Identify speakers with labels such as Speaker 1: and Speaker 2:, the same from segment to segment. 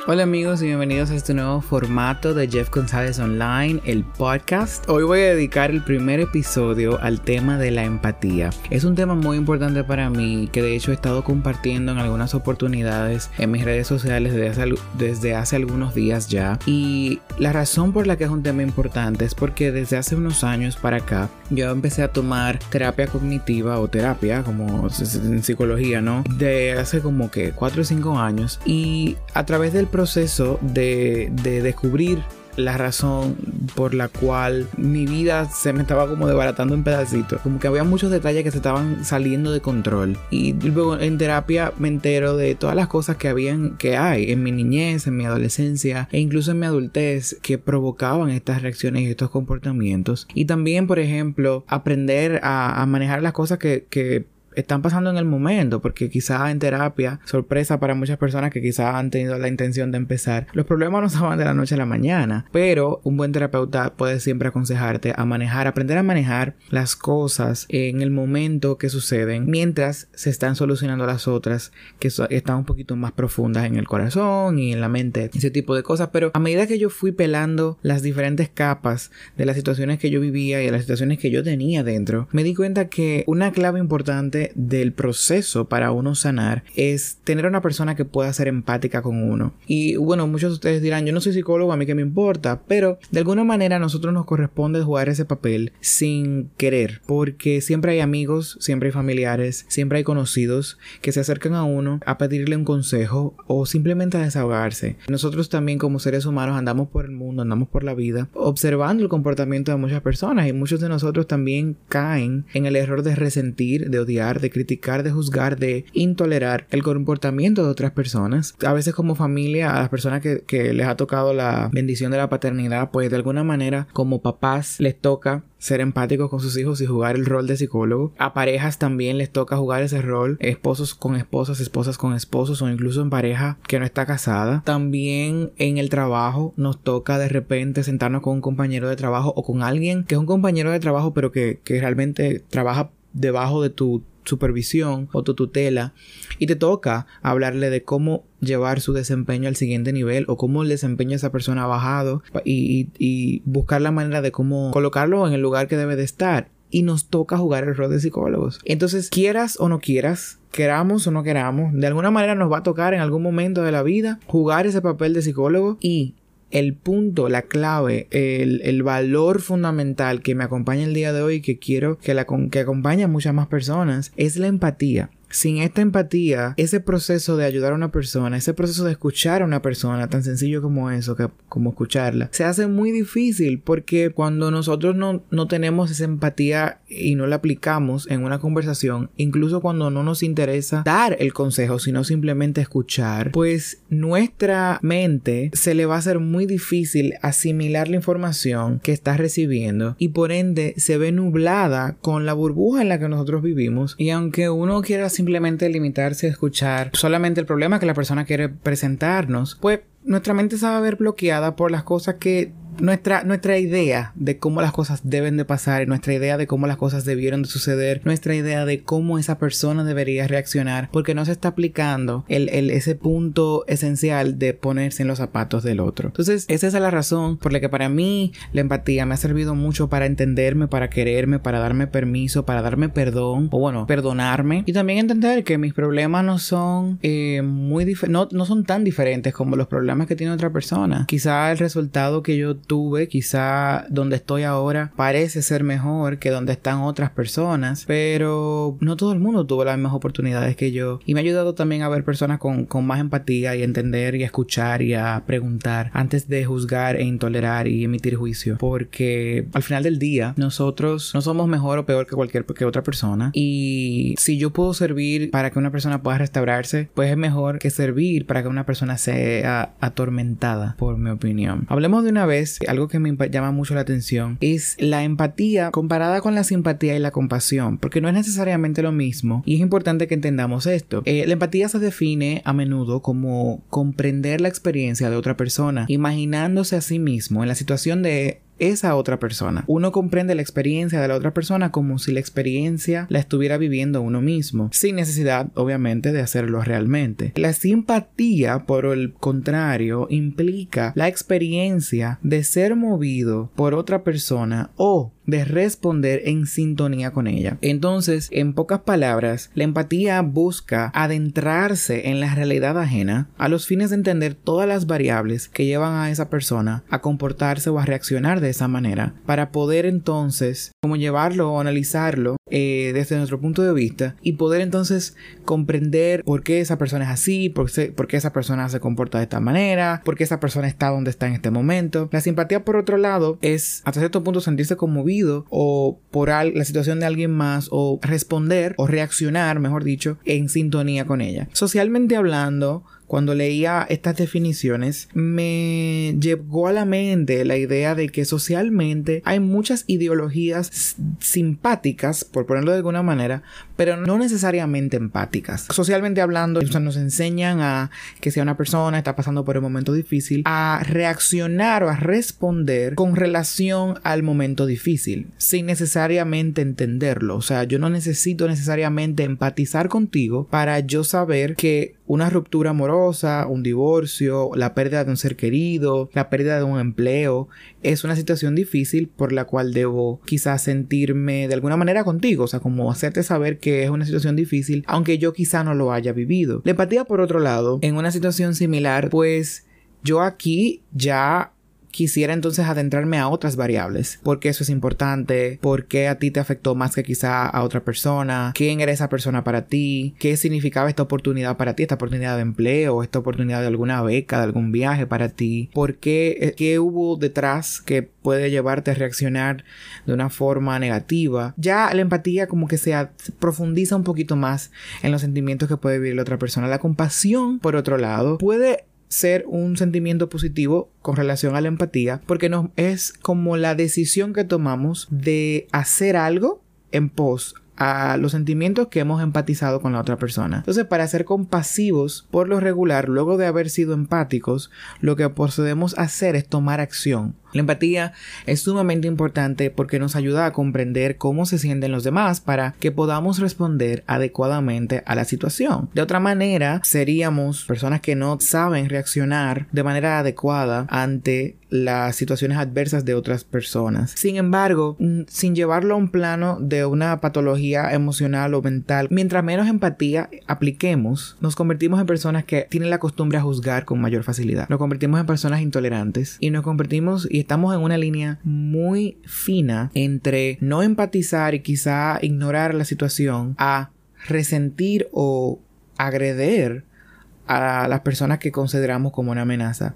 Speaker 1: Hola amigos y bienvenidos a este nuevo formato de Jeff González Online, el podcast. Hoy voy a dedicar el primer episodio al tema de la empatía. Es un tema muy importante para mí que de hecho he estado compartiendo en algunas oportunidades en mis redes sociales desde hace algunos días ya. Y la razón por la que es un tema importante es porque desde hace unos años para acá yo empecé a tomar terapia cognitiva o terapia como en psicología, ¿no? De hace como que 4 o 5 años, y a través del proceso de descubrir la razón por la cual mi vida se me estaba como desbaratando en pedacitos, como que había muchos detalles que se estaban saliendo de control, y luego en terapia me entero de todas las cosas que hay en mi niñez, en mi adolescencia e incluso en mi adultez que provocaban estas reacciones y estos comportamientos. Y también, por ejemplo, aprender a manejar las cosas que están pasando en el momento, porque quizás en terapia, sorpresa para muchas personas que quizás han tenido la intención de empezar, los problemas no se van de la noche a la mañana, pero un buen terapeuta puede siempre aconsejarte aprender a manejar las cosas en el momento que suceden, mientras se están solucionando las otras que están un poquito más profundas en el corazón y en la mente, ese tipo de cosas. Pero a medida que yo fui pelando las diferentes capas de las situaciones que yo vivía y de las situaciones que yo tenía dentro, me di cuenta que una clave importante del proceso para uno sanar es tener una persona que pueda ser empática con uno. Y bueno, muchos de ustedes dirán, yo no soy psicólogo, a mí qué me importa, pero de alguna manera a nosotros nos corresponde jugar ese papel sin querer, porque siempre hay amigos, siempre hay familiares, siempre hay conocidos que se acercan a uno a pedirle un consejo o simplemente a desahogarse. Nosotros también como seres humanos andamos por el mundo, andamos por la vida observando el comportamiento de muchas personas, y muchos de nosotros también caen en el error de resentir, de odiar, de criticar, de juzgar, de intolerar el comportamiento de otras personas. A veces como familia, a las personas que les ha tocado la bendición de la paternidad, pues de alguna manera como papás les toca ser empáticos con sus hijos y jugar el rol de psicólogo. A parejas también les toca jugar ese rol, esposos con esposas, esposas con esposos, o incluso en pareja que no está casada. También en el trabajo nos toca de repente sentarnos con un compañero de trabajo o con alguien que es un compañero de trabajo pero que realmente trabaja debajo de tu supervisión o tu tutela, y te toca hablarle de cómo llevar su desempeño al siguiente nivel o cómo el desempeño de esa persona ha bajado, y buscar la manera de cómo colocarlo en el lugar que debe de estar. Y nos toca jugar el rol de psicólogos. Entonces, quieras o no quieras, queramos o no queramos, de alguna manera nos va a tocar en algún momento de la vida jugar ese papel de psicólogo. Y el punto, la clave, el valor fundamental que me acompaña el día de hoy y que quiero que acompañe a muchas más personas es la empatía. Sin esta empatía, ese proceso de ayudar a una persona, ese proceso de escuchar a una persona, tan sencillo como eso, como escucharla, se hace muy difícil, porque cuando nosotros no tenemos esa empatía y no la aplicamos en una conversación, incluso cuando no nos interesa dar el consejo, sino simplemente escuchar, pues nuestra mente se le va a hacer muy difícil asimilar la información que está recibiendo, y por ende se ve nublada con la burbuja en la que nosotros vivimos. Y aunque uno quiera simplemente limitarse a escuchar solamente el problema que la persona quiere presentarnos, pues nuestra mente se va a ver bloqueada por las cosas que nuestra idea de cómo las cosas deben de pasar, nuestra idea de cómo las cosas debieron de suceder, nuestra idea de cómo esa persona debería reaccionar, porque no se está aplicando ese punto esencial de ponerse en los zapatos del otro. Entonces, esa es la razón por la que para mí la empatía me ha servido mucho para entenderme, para quererme, para darme permiso, para darme perdón, o bueno, perdonarme, y también entender que mis problemas no son no son tan diferentes como los problemas que tiene otra persona. Quizá el resultado que yo tuve, quizá donde estoy ahora parece ser mejor que donde están otras personas, pero no todo el mundo tuvo las mismas oportunidades que yo, y me ha ayudado también a ver personas con más empatía y entender y a escuchar y a preguntar antes de juzgar e intolerar y emitir juicio, porque al final del día nosotros no somos mejor o peor que otra persona, y si yo puedo servir para que una persona pueda restaurarse, pues es mejor que servir para que una persona sea atormentada, por mi opinión. Hablemos de una vez algo que me llama mucho la atención, es la empatía comparada con la simpatía y la compasión, porque no es necesariamente lo mismo, y es importante que entendamos esto. La empatía se define a menudo como comprender la experiencia de otra persona, imaginándose a sí mismo en la situación de esa otra persona. Uno comprende la experiencia de la otra persona como si la experiencia la estuviera viviendo uno mismo, sin necesidad, obviamente, de hacerlo realmente. La simpatía, por el contrario, implica la experiencia de ser movido por otra persona o de responder en sintonía con ella. Entonces, en pocas palabras, la empatía busca adentrarse en la realidad ajena a los fines de entender todas las variables que llevan a esa persona a comportarse o a reaccionar de esa manera, para poder entonces como llevarlo o analizarlo desde nuestro punto de vista y poder entonces comprender por qué esa persona es así, por qué esa persona se comporta de esta manera, por qué esa persona está donde está en este momento. La simpatía, por otro lado, es hasta cierto punto sentirse conmovido o por la situación de alguien más, o responder o reaccionar, mejor dicho, en sintonía con ella. Socialmente hablando, cuando leía estas definiciones, me llegó a la mente la idea de que socialmente hay muchas ideologías simpáticas, por ponerlo de alguna manera, pero no necesariamente empáticas. Socialmente hablando, nos enseñan a que si una persona está pasando por un momento difícil, a reaccionar o a responder con relación al momento difícil, sin necesariamente entenderlo. O sea, yo no necesito necesariamente empatizar contigo para yo saber que una ruptura amorosa, un divorcio, la pérdida de un ser querido, la pérdida de un empleo, es una situación difícil por la cual debo quizás sentirme de alguna manera contigo, o sea, como hacerte saber que es una situación difícil, aunque yo quizá no lo haya vivido. La empatía, por otro lado, en una situación similar, pues yo aquí ya quisiera entonces adentrarme a otras variables. ¿Por qué eso es importante? ¿Por qué a ti te afectó más que quizá a otra persona? ¿Quién era esa persona para ti? ¿Qué significaba esta oportunidad para ti? ¿Esta oportunidad de empleo? ¿Esta oportunidad de alguna beca? ¿De algún viaje para ti? ¿Por qué? ¿Qué hubo detrás que puede llevarte a reaccionar de una forma negativa? Ya la empatía como que se profundiza un poquito más en los sentimientos que puede vivir la otra persona. La compasión, por otro lado, puede ser un sentimiento positivo con relación a la empatía, porque es como la decisión que tomamos de hacer algo en pos a los sentimientos que hemos empatizado con la otra persona. Entonces, para ser compasivos, por lo regular, luego de haber sido empáticos, lo que procedemos a hacer es tomar acción. La empatía es sumamente importante porque nos ayuda a comprender cómo se sienten los demás para que podamos responder adecuadamente a la situación. De otra manera, seríamos personas que no saben reaccionar de manera adecuada ante las situaciones adversas de otras personas. Sin embargo, sin llevarlo a un plano de una patología emocional o mental, mientras menos empatía apliquemos, nos convertimos en personas que tienen la costumbre a juzgar con mayor facilidad. Nos convertimos en personas intolerantes y estamos en una línea muy fina entre no empatizar y quizá ignorar la situación a resentir o agredir a las personas que consideramos como una amenaza.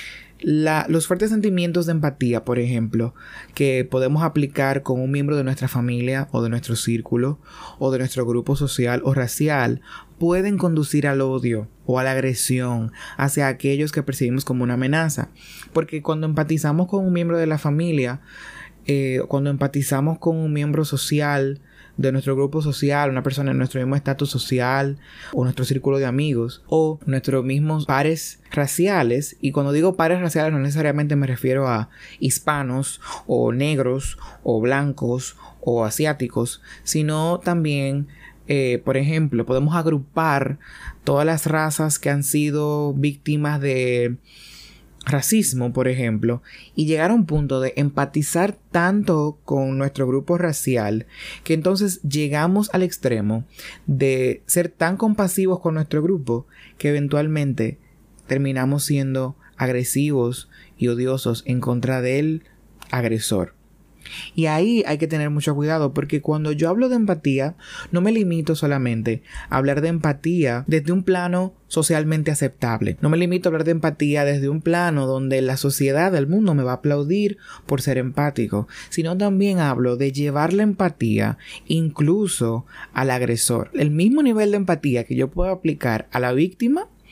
Speaker 1: Los fuertes sentimientos de empatía, por ejemplo, que podemos aplicar con un miembro de nuestra familia o de nuestro círculo o de nuestro grupo social o racial, pueden conducir al odio o a la agresión hacia aquellos que percibimos como una amenaza. Porque cuando empatizamos con un miembro de la familia, cuando empatizamos con un miembro social de nuestro grupo social, una persona en nuestro mismo estatus social o nuestro círculo de amigos o nuestros mismos pares raciales, y cuando digo pares raciales no necesariamente me refiero a hispanos o negros o blancos o asiáticos, sino también por ejemplo, podemos agrupar todas las razas que han sido víctimas de racismo, por ejemplo, y llegar a un punto de empatizar tanto con nuestro grupo racial que entonces llegamos al extremo de ser tan compasivos con nuestro grupo que eventualmente terminamos siendo agresivos y odiosos en contra del agresor. Y ahí hay que tener mucho cuidado, porque cuando yo hablo de empatía, no me limito solamente a hablar de empatía desde un plano socialmente aceptable. No me limito a hablar de empatía desde un plano donde la sociedad del mundo me va a aplaudir por ser empático, sino también hablo de llevar la empatía incluso al agresor. El mismo nivel de empatía que yo puedo aplicar a la víctima,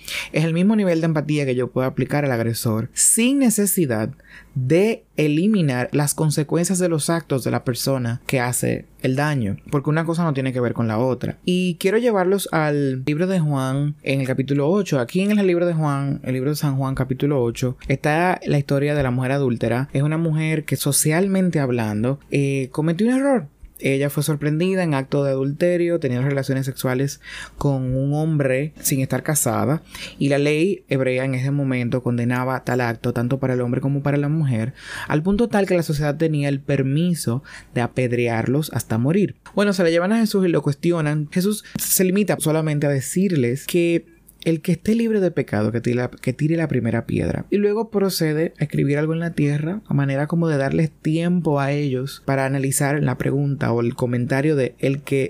Speaker 1: es el mismo nivel de empatía que yo puedo aplicar al agresor sin necesidad de eliminar las consecuencias de los actos de la persona que hace el daño, porque una cosa no tiene que ver con la otra. Y quiero llevarlos al libro de Juan en el capítulo 8. Aquí en el libro de Juan, el libro de San Juan capítulo 8, está la historia de la mujer adúltera. Es una mujer que, socialmente hablando, cometió un error. Ella fue sorprendida en acto de adulterio, tenía relaciones sexuales con un hombre sin estar casada, y la ley hebrea en ese momento condenaba tal acto tanto para el hombre como para la mujer, al punto tal que la sociedad tenía el permiso de apedrearlos hasta morir. Bueno, se le llevan a Jesús y lo cuestionan. Jesús se limita solamente a decirles que el que esté libre de pecado, que tire la primera piedra. Y luego procede a escribir algo en la tierra, a manera como de darles tiempo a ellos para analizar la pregunta o el comentario de el que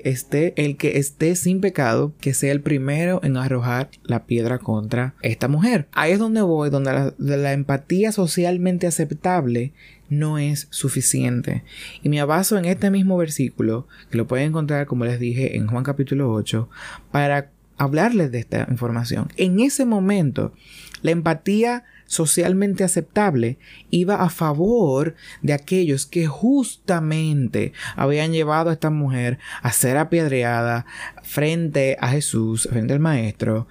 Speaker 1: esté sin pecado, que sea el primero en arrojar la piedra contra esta mujer. Ahí es donde voy, donde la empatía socialmente aceptable no es suficiente. Y me baso en este mismo versículo, que lo pueden encontrar, como les dije, en Juan capítulo 8, para hablarles de esta información. En ese momento, la empatía socialmente aceptable iba a favor de aquellos que justamente habían llevado a esta mujer a ser apedreada frente a Jesús, frente al maestro,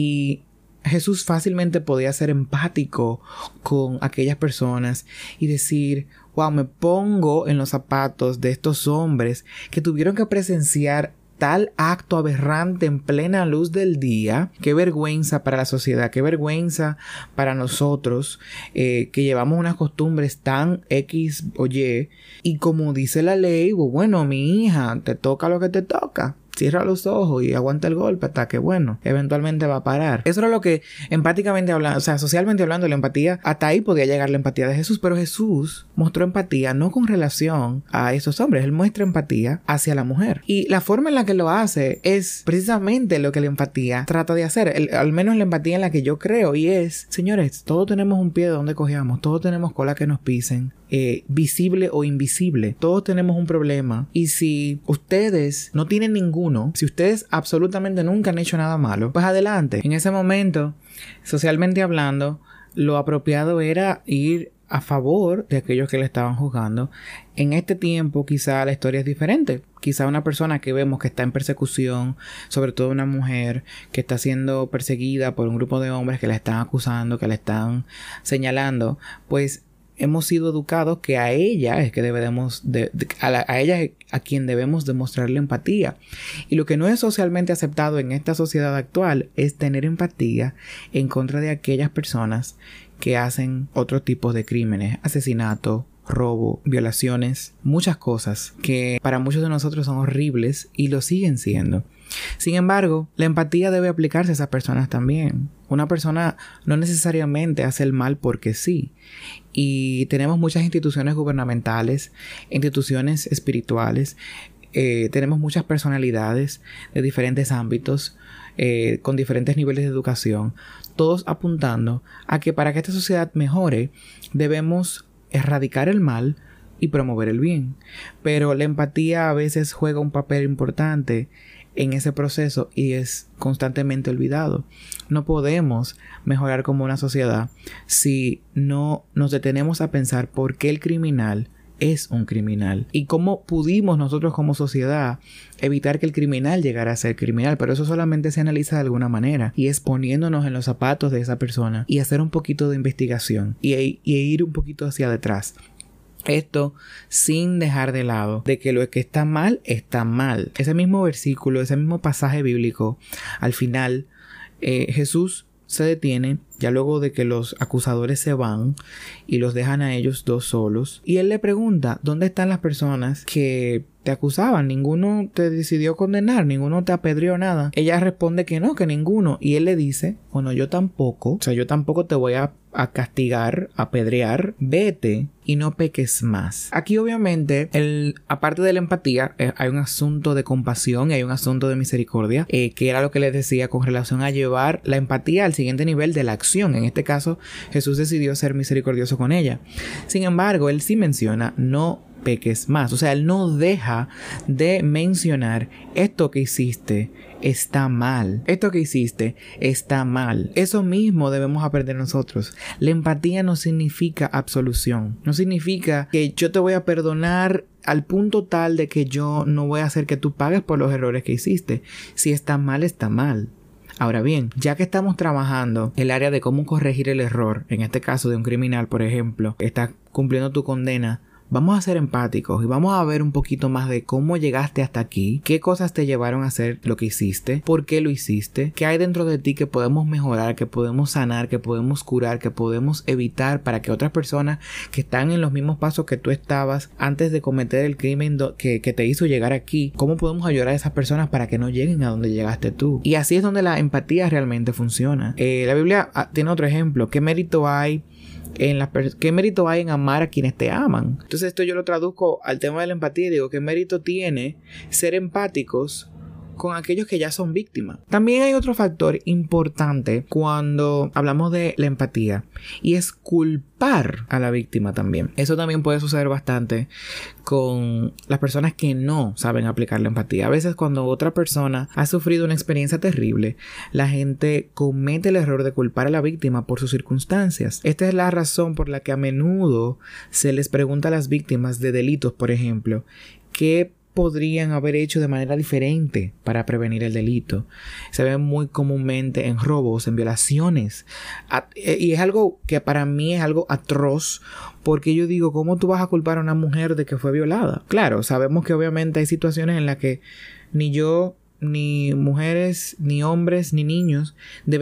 Speaker 1: y Jesús fácilmente podía ser empático con aquellas personas y decir: wow, me pongo en los zapatos de estos hombres que tuvieron que presenciar tal acto aberrante en plena luz del día. Qué vergüenza para la sociedad, qué vergüenza para nosotros, que llevamos unas costumbres tan X o Y. Y como dice la ley, bueno, mi hija, te toca lo que te toca. Cierra los ojos y aguanta el golpe hasta que, bueno, eventualmente va a parar. Eso era lo que empáticamente hablando, o sea, socialmente hablando, la empatía, hasta ahí podía llegar la empatía de Jesús. Pero Jesús mostró empatía no con relación a esos hombres. Él muestra empatía hacia la mujer. Y la forma en la que lo hace es precisamente lo que la empatía trata de hacer. Al menos la empatía en la que yo creo. Y es, señores, todos tenemos un pie de donde cogemos. Todos tenemos cola que nos pisen. Visible o invisible. Todos tenemos un problema. Y si ustedes no tienen ninguno, si ustedes absolutamente nunca han hecho nada malo, pues adelante. En ese momento, socialmente hablando, lo apropiado era ir a favor de aquellos que le estaban juzgando. En este tiempo quizá la historia es diferente. Quizá una persona que vemos que está en persecución, sobre todo una mujer que está siendo perseguida por un grupo de hombres que la están acusando, que la están señalando, pues hemos sido educados que a ella es que debemos a ella es a quien debemos demostrarle empatía. Y lo que no es socialmente aceptado en esta sociedad actual es tener empatía en contra de aquellas personas que hacen otros tipos de crímenes, asesinato, robo, violaciones, muchas cosas que para muchos de nosotros son horribles y lo siguen siendo. Sin embargo, la empatía debe aplicarse a esas personas también. Una persona no necesariamente hace el mal porque sí. Y tenemos muchas instituciones gubernamentales, instituciones espirituales, tenemos muchas personalidades de diferentes ámbitos, con diferentes niveles de educación, todos apuntando a que para que esta sociedad mejore debemos erradicar el mal y promover el bien. Pero la empatía a veces juega un papel importante en ese proceso y es constantemente olvidado. No podemos mejorar como una sociedad si no nos detenemos a pensar por qué el criminal es un criminal y cómo pudimos nosotros como sociedad evitar que el criminal llegara a ser criminal. Pero eso solamente se analiza de alguna manera y es poniéndonos en los zapatos de esa persona y hacer un poquito de investigación y ir un poquito hacia detrás. Esto sin dejar de lado de que lo que está mal, está mal. Ese mismo versículo, ese mismo pasaje bíblico, al final Jesús se detiene ya luego de que los acusadores se van y los dejan a ellos dos solos. Y él le pregunta, ¿dónde están las personas que te acusaban? Ninguno te decidió condenar, ninguno te apedreó nada. Ella responde que no, que ninguno. Y él le dice, bueno, yo tampoco. O sea, yo tampoco te voy a castigar, apedrear. Vete y no peques más. Aquí obviamente, aparte de la empatía, hay un asunto de compasión y hay un asunto de misericordia, que era lo que les decía con relación a llevar la empatía al siguiente nivel de la acción. En este caso, Jesús decidió ser misericordioso con ella. Sin embargo, él sí menciona, no peques más. O sea, él no deja de mencionar esto que hiciste está mal. Esto que hiciste está mal. Eso mismo debemos aprender nosotros. La empatía no significa absolución. No significa que yo te voy a perdonar al punto tal de que yo no voy a hacer que tú pagues por los errores que hiciste. Si está mal, está mal. Ahora bien, ya que estamos trabajando el área de cómo corregir el error, en este caso de un criminal, por ejemplo, que está cumpliendo tu condena, vamos a ser empáticos y vamos a ver un poquito más de cómo llegaste hasta aquí, qué cosas te llevaron a hacer lo que hiciste, por qué lo hiciste, qué hay dentro de ti que podemos mejorar, que podemos sanar, que podemos curar, que podemos evitar para que otras personas que están en los mismos pasos que tú estabas antes de cometer el crimen que te hizo llegar aquí, cómo podemos ayudar a esas personas para que no lleguen a donde llegaste tú. Y así es donde la empatía realmente funciona. La Biblia tiene otro ejemplo. ¿Qué mérito hay ¿Qué mérito hay en amar a quienes te aman? Entonces esto yo lo traduzco al tema de la empatía y digo, ¿qué mérito tiene ser empáticos con aquellos que ya son víctimas? También hay otro factor importante cuando hablamos de la empatía y es culpar a la víctima también. Eso también puede suceder bastante con las personas que no saben aplicar la empatía. A veces cuando otra persona ha sufrido una experiencia terrible, la gente comete el error de culpar a la víctima por sus circunstancias. Esta es la razón por la que a menudo se les pregunta a las víctimas de delitos, por ejemplo, ¿qué podrían haber hecho de manera diferente para prevenir el delito? Se ve muy comúnmente en robos, en violaciones. Y es algo que para mí es algo atroz, porque yo digo, ¿cómo tú vas a culpar a una mujer de que fue violada? Claro, sabemos que obviamente hay situaciones en las que ni yo, ni mujeres, ni hombres, ni niños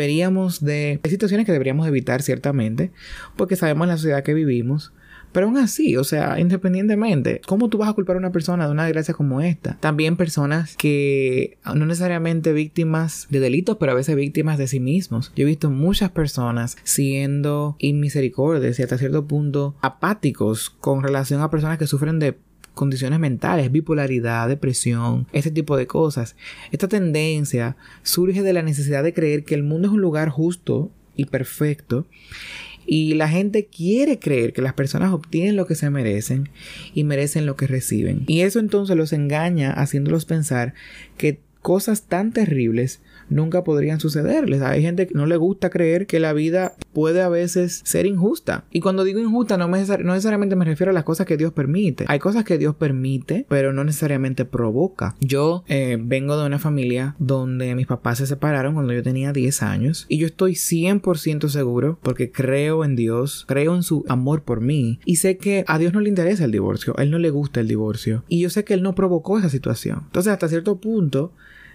Speaker 1: hay situaciones que deberíamos evitar ciertamente, porque sabemos la sociedad que vivimos. Pero aún así, o sea, independientemente, ¿cómo tú vas a culpar a una persona de una desgracia como esta? También personas que no necesariamente víctimas de delitos, pero a veces víctimas de sí mismos. Yo he visto muchas personas siendo inmisericordias y hasta cierto punto apáticos con relación a personas que sufren de condiciones mentales, bipolaridad, depresión, este tipo de cosas. Esta tendencia surge de la necesidad de creer que el mundo es un lugar justo y perfecto. Y la gente quiere creer que las personas obtienen lo que se merecen y merecen lo que reciben. Y eso entonces los engaña haciéndolos pensar que cosas tan terribles nunca podrían sucederles. Hay gente que no le gusta creer que la vida puede a veces ser injusta. Y cuando digo injusta no necesariamente me refiero a las cosas que Dios permite. Hay cosas que Dios permite, pero no necesariamente provoca. Yo vengo de una familia donde mis papás se separaron cuando yo tenía 10 años. Y yo estoy 100% seguro, porque creo en Dios, creo en su amor por mí. Y sé que a Dios no le interesa el divorcio. A Él no le gusta el divorcio. Y yo sé que Él no provocó esa situación. Entonces, hasta cierto punto,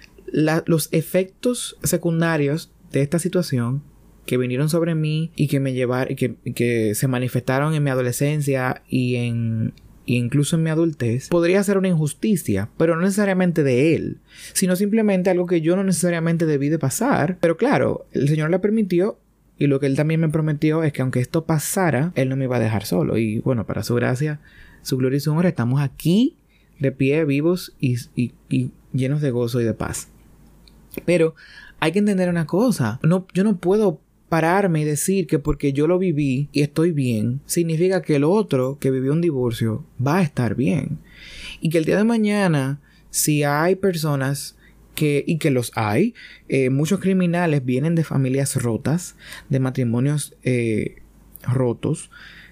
Speaker 1: los efectos secundarios de esta situación que vinieron sobre mí y que me llevaron y que se manifestaron en mi adolescencia y incluso en mi adultez, podría ser una injusticia, pero no necesariamente de él, sino simplemente algo que yo no necesariamente debí de pasar. Pero claro, el Señor la permitió, y lo que Él también me prometió es que aunque esto pasara, Él no me iba a dejar solo. Y bueno, para su gracia, su gloria y su honra, estamos aquí de pie, vivos y llenos de gozo y de paz. Pero hay que entender una cosa. Yo no puedo pararme y decir que porque yo lo viví y estoy bien, significa que el otro que vivió un divorcio va a estar bien. Y que el día de mañana, si hay personas y que los hay, muchos criminales vienen de familias rotas, de matrimonios rotos.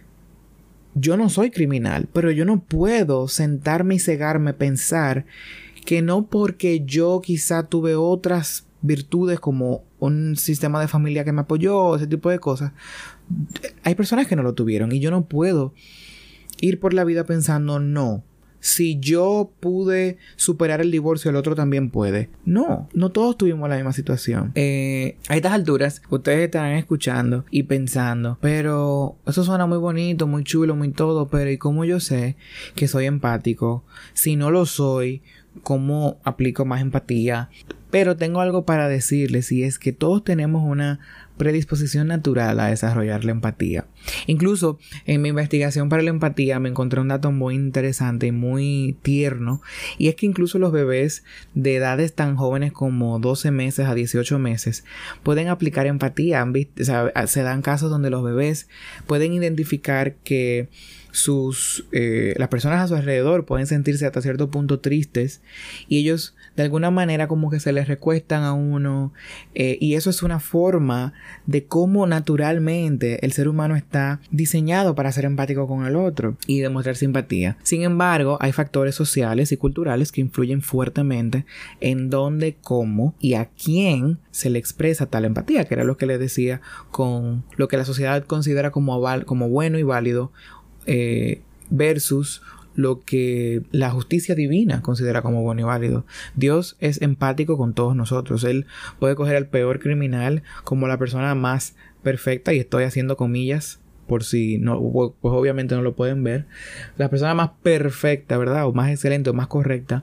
Speaker 1: Yo no soy criminal, pero yo no puedo sentarme y cegarme, pensar que no porque yo quizá tuve otras virtudes como un sistema de familia que me apoyó, ese tipo de cosas. Hay personas que no lo tuvieron y yo no puedo ir por la vida pensando, no, si yo pude superar el divorcio, el otro también puede. No todos tuvimos la misma situación. A estas alturas, ustedes estarán escuchando y pensando, pero eso suena muy bonito, muy chulo, muy todo, pero ¿y cómo yo sé que soy empático? Si no lo soy, ¿cómo aplico más empatía? Pero tengo algo para decirles, y es que todos tenemos una predisposición natural a desarrollar la empatía. Incluso en mi investigación para la empatía me encontré un dato muy interesante y muy tierno, y es que incluso los bebés de edades tan jóvenes como 12 meses a 18 meses pueden aplicar empatía. O sea, se dan casos donde los bebés pueden identificar que las personas a su alrededor pueden sentirse hasta cierto punto tristes y ellos de alguna manera como que se les recuestan a uno, y eso es una forma de cómo naturalmente el ser humano está diseñado para ser empático con el otro y demostrar simpatía. Sin embargo, hay factores sociales y culturales que influyen fuertemente en dónde, cómo y a quién se le expresa tal empatía, que era lo que les decía con lo que la sociedad considera como bueno y válido, versus lo que la justicia divina considera como bueno y válido. Dios es empático con todos nosotros. Él puede coger al peor criminal como la persona más perfecta, y estoy haciendo comillas por si no, pues obviamente no lo pueden ver, la persona más perfecta, ¿verdad? O más excelente o más correcta,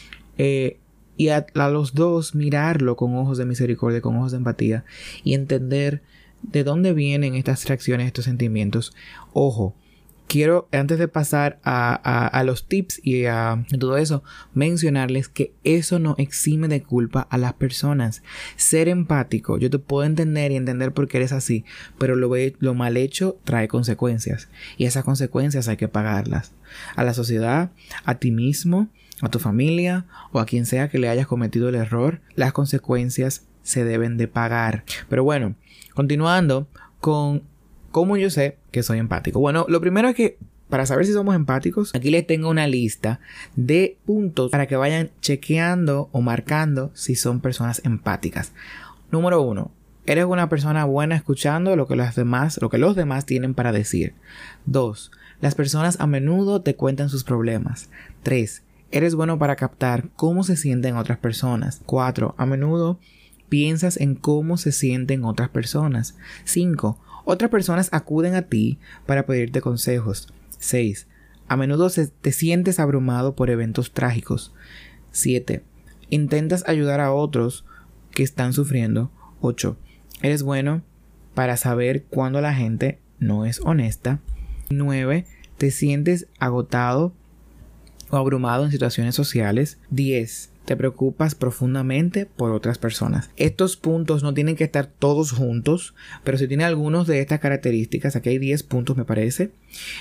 Speaker 1: y a los dos mirarlo con ojos de misericordia, con ojos de empatía, y entender de dónde vienen estas reacciones, estos sentimientos. Ojo, quiero, antes de pasar a los tips y a todo eso, mencionarles que eso no exime de culpa a las personas. Ser empático, yo te puedo entender y entender por qué eres así, pero lo mal hecho trae consecuencias, y esas consecuencias hay que pagarlas. A la sociedad, a ti mismo, a tu familia o a quien sea que le hayas cometido el error, las consecuencias se deben de pagar. Pero bueno, continuando con cómo yo sé que soy empático. Bueno, lo primero es que para saber si somos empáticos, aquí les tengo una lista de puntos para que vayan chequeando o marcando si son personas empáticas. Número 1. Eres una persona buena escuchando lo que los demás tienen para decir. 2. Las personas a menudo te cuentan sus problemas. 3. Eres bueno para captar cómo se sienten otras personas. 4. A menudo piensas en cómo se sienten otras personas. 5. Otras personas acuden a ti para pedirte consejos. 6. A menudo te sientes abrumado por eventos trágicos. 7. Intentas ayudar a otros que están sufriendo. 8. Eres bueno para saber cuándo la gente no es honesta. 9. Te sientes agotado o abrumado en situaciones sociales. 10. Te preocupas profundamente por otras personas. Estos puntos no tienen que estar todos juntos, pero si tienes algunos de estas características, aquí hay 10 puntos me parece.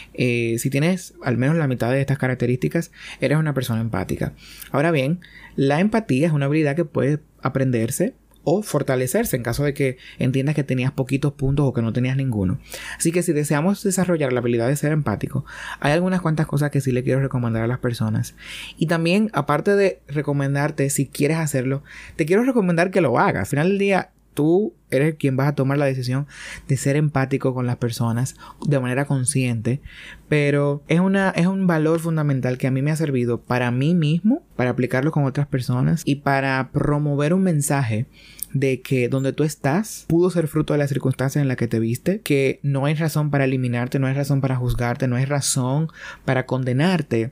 Speaker 1: Si tienes al menos la mitad de estas características, eres una persona empática. Ahora bien, la empatía es una habilidad que puede aprenderse o fortalecerse en caso de que entiendas que tenías poquitos puntos o que no tenías ninguno. Así que si deseamos desarrollar la habilidad de ser empático, hay algunas cuantas cosas que sí le quiero recomendar a las personas. Y también, aparte de recomendarte si quieres hacerlo, te quiero recomendar que lo hagas. Al final del día, tú eres quien vas a tomar la decisión de ser empático con las personas de manera consciente, pero es un valor fundamental que a mí me ha servido para mí mismo, para aplicarlo con otras personas y para promover un mensaje de que donde tú estás pudo ser fruto de las circunstancias en las que te viste, que no hay razón para eliminarte, no hay razón para juzgarte, no hay razón para condenarte,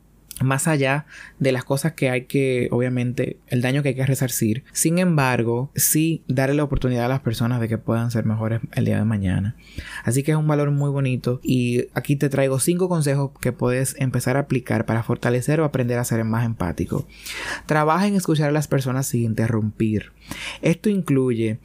Speaker 1: más allá de las cosas que hay que, obviamente, el daño que hay que resarcir. Sin embargo, sí darle la oportunidad a las personas de que puedan ser mejores el día de mañana. Así que es un valor muy bonito, y aquí te traigo 5 consejos que puedes empezar a aplicar para fortalecer o aprender a ser más empático. Trabaja en escuchar a las personas sin interrumpir. Esto incluye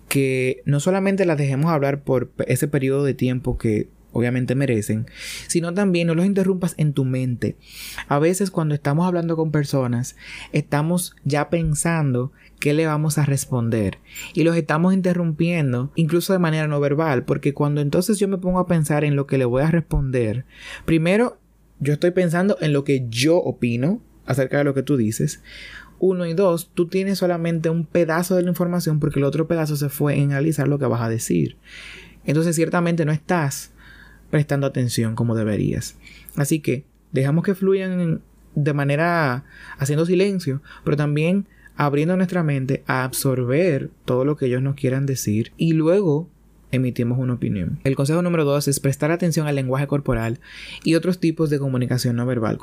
Speaker 1: que no solamente las dejemos hablar por ese periodo de tiempo que obviamente merecen, sino también no los interrumpas en tu mente. A veces cuando estamos hablando con personas, estamos ya pensando qué le vamos a responder y los estamos interrumpiendo incluso de manera no verbal, porque cuando entonces yo me pongo a pensar en lo que le voy a responder, primero yo estoy pensando en lo que yo opino acerca de lo que tú dices. 1 y 2, tú tienes solamente un pedazo de la información porque el otro pedazo se fue en analizar lo que vas a decir. Entonces ciertamente no estás prestando atención como deberías. Así que dejamos que fluyan de manera haciendo silencio, pero también abriendo nuestra mente a absorber todo lo que ellos nos quieran decir y luego emitimos una opinión. El consejo número 2 es prestar atención al lenguaje corporal y otros tipos de comunicación no verbal.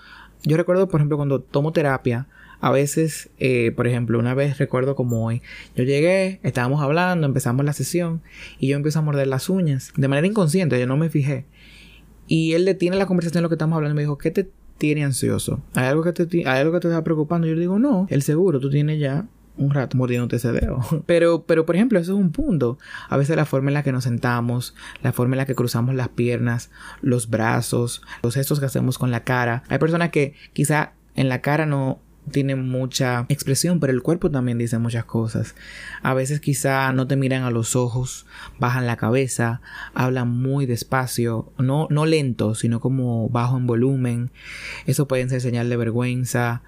Speaker 1: Yo recuerdo, por ejemplo, cuando tomo terapia, a veces, por ejemplo, una vez recuerdo como hoy, yo llegué, estábamos hablando, empezamos la sesión y yo empiezo a morder las uñas de manera inconsciente, yo no me fijé. Y él detiene la conversación en lo que estamos hablando y me dijo, ¿qué te tiene ansioso? ¿Hay algo que te está preocupando? Yo le digo, no, el seguro, tú tienes ya un rato mordiéndote ese dedo. Pero, por ejemplo, eso es un punto. A veces la forma en la que nos sentamos, la forma en la que cruzamos las piernas, los brazos, los gestos que hacemos con la cara. Hay personas que quizá en la cara no tienen mucha expresión, pero el cuerpo también dice muchas cosas. A veces quizá no te miran a los ojos, bajan la cabeza, hablan muy despacio, no lento, sino como bajo en volumen. Eso puede ser señal de vergüenza,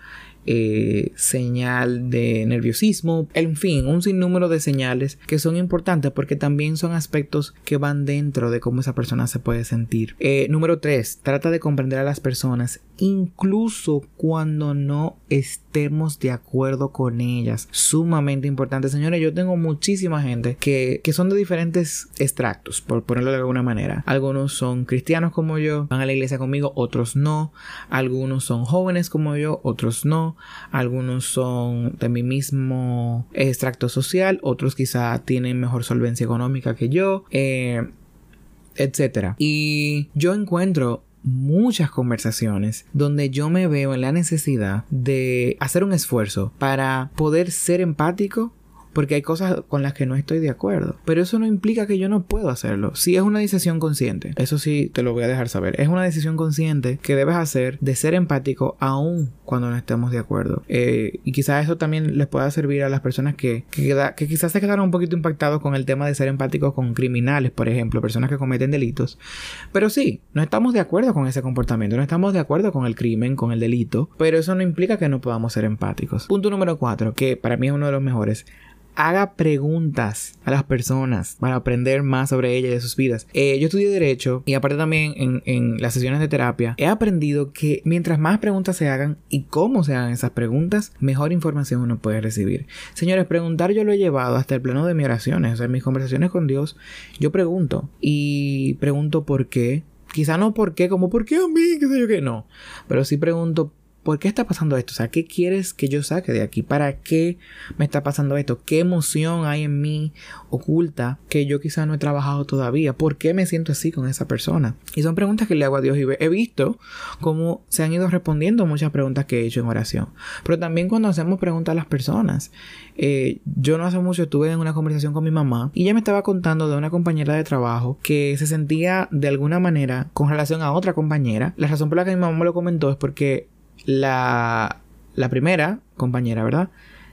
Speaker 1: señal de nerviosismo, en fin, un sinnúmero de señales que son importantes porque también son aspectos que van dentro de cómo esa persona se puede sentir. Número 3, trata de comprender a las personas incluso cuando no estemos de acuerdo con ellas. Sumamente importante, señores. Yo tengo muchísima gente que son de diferentes extractos, por ponerlo de alguna manera. Algunos son cristianos como yo, van a la iglesia conmigo, otros no. Algunos son jóvenes como yo, otros no. Algunos son de mi mismo extracto social, otros quizá tienen mejor solvencia económica que yo, etcétera. Y yo encuentro muchas conversaciones donde yo me veo en la necesidad de hacer un esfuerzo para poder ser empático, porque hay cosas con las que no estoy de acuerdo. Pero eso no implica que yo no puedo hacerlo. Sí, es una decisión consciente. Eso sí, te lo voy a dejar saber. Es una decisión consciente que debes hacer de ser empático aún cuando no estemos de acuerdo. Y quizás eso también les pueda servir a las personas que quizás se quedaron un poquito impactados con el tema de ser empáticos con criminales, por ejemplo, personas que cometen delitos. Pero sí, no estamos de acuerdo con ese comportamiento. No estamos de acuerdo con el crimen, con el delito. Pero eso no implica que no podamos ser empáticos. Punto número 4, que para mí es uno de los mejores. Haga preguntas a las personas para aprender más sobre ellas y de sus vidas. Yo estudié Derecho y aparte también en las sesiones de terapia he aprendido que mientras más preguntas se hagan y cómo se hagan esas preguntas, mejor información uno puede recibir. Señores, preguntar yo lo he llevado hasta el plano de mis oraciones. O sea, en mis conversaciones con Dios, yo pregunto. Y pregunto por qué. Quizá no por qué, como por qué a mí, qué sé yo qué, no. Pero sí pregunto, ¿por qué está pasando esto? O sea, ¿qué quieres que yo saque de aquí? ¿Para qué me está pasando esto? ¿Qué emoción hay en mí oculta que yo quizá no he trabajado todavía? ¿Por qué me siento así con esa persona? Y son preguntas que le hago a Dios y he visto cómo se han ido respondiendo muchas preguntas que he hecho en oración. Pero también cuando hacemos preguntas a las personas. Yo no hace mucho estuve en una conversación con mi mamá y ella me estaba contando de una compañera de trabajo que se sentía de alguna manera con relación a otra compañera. La razón por la que mi mamá me lo comentó es porque la primera compañera, ¿verdad?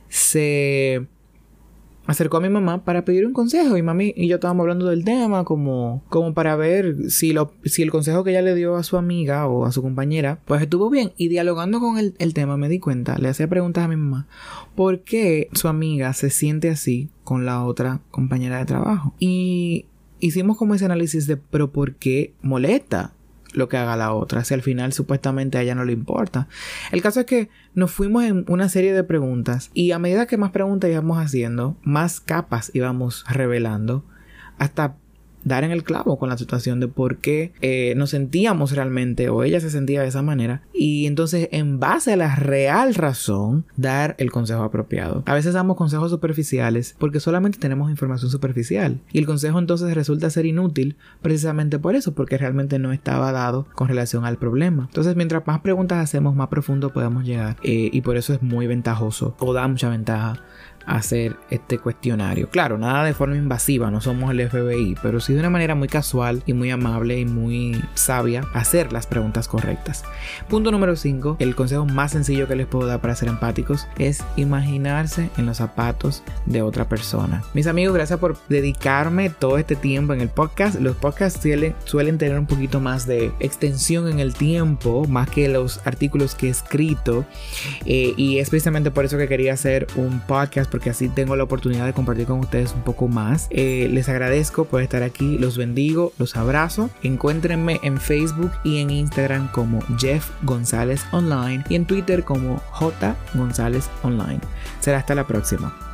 Speaker 1: Se acercó a mi mamá para pedir un consejo y mami y yo estábamos hablando del tema como para ver si el consejo que ella le dio a su amiga o a su compañera pues estuvo bien. Y dialogando con el tema me di cuenta, le hacía preguntas a mi mamá ¿por qué su amiga se siente así con la otra compañera de trabajo? Y hicimos como ese análisis de pero ¿por qué molesta lo que haga la otra? Si al final supuestamente a ella no le importa. El caso es que nos fuimos en una serie de preguntas y a medida que más preguntas íbamos haciendo, más capas íbamos revelando hasta dar en el clavo con la situación de por qué nos sentíamos realmente o ella se sentía de esa manera y entonces en base a la real razón dar el consejo apropiado. A veces damos consejos superficiales porque solamente tenemos información superficial y el consejo entonces resulta ser inútil precisamente por eso, porque realmente no estaba dado con relación al problema. Entonces mientras más preguntas hacemos, más profundo podemos llegar y por eso es muy ventajoso o da mucha ventaja hacer este cuestionario. Claro, nada de forma invasiva, no somos el FBI, pero sí de una manera muy casual y muy amable y muy sabia hacer las preguntas correctas. Punto número 5, el consejo más sencillo que les puedo dar para ser empáticos es imaginarse en los zapatos de otra persona. Mis amigos, gracias por dedicarme todo este tiempo en el podcast. Los podcasts suelen tener un poquito más de extensión en el tiempo, más que los artículos que he escrito y es precisamente por eso que quería hacer un podcast, porque así tengo la oportunidad de compartir con ustedes un poco más. Les agradezco por estar aquí, los bendigo, los abrazo. Encuéntrenme en Facebook y en Instagram como Jeff González Online y en Twitter como J González Online. Será hasta la próxima.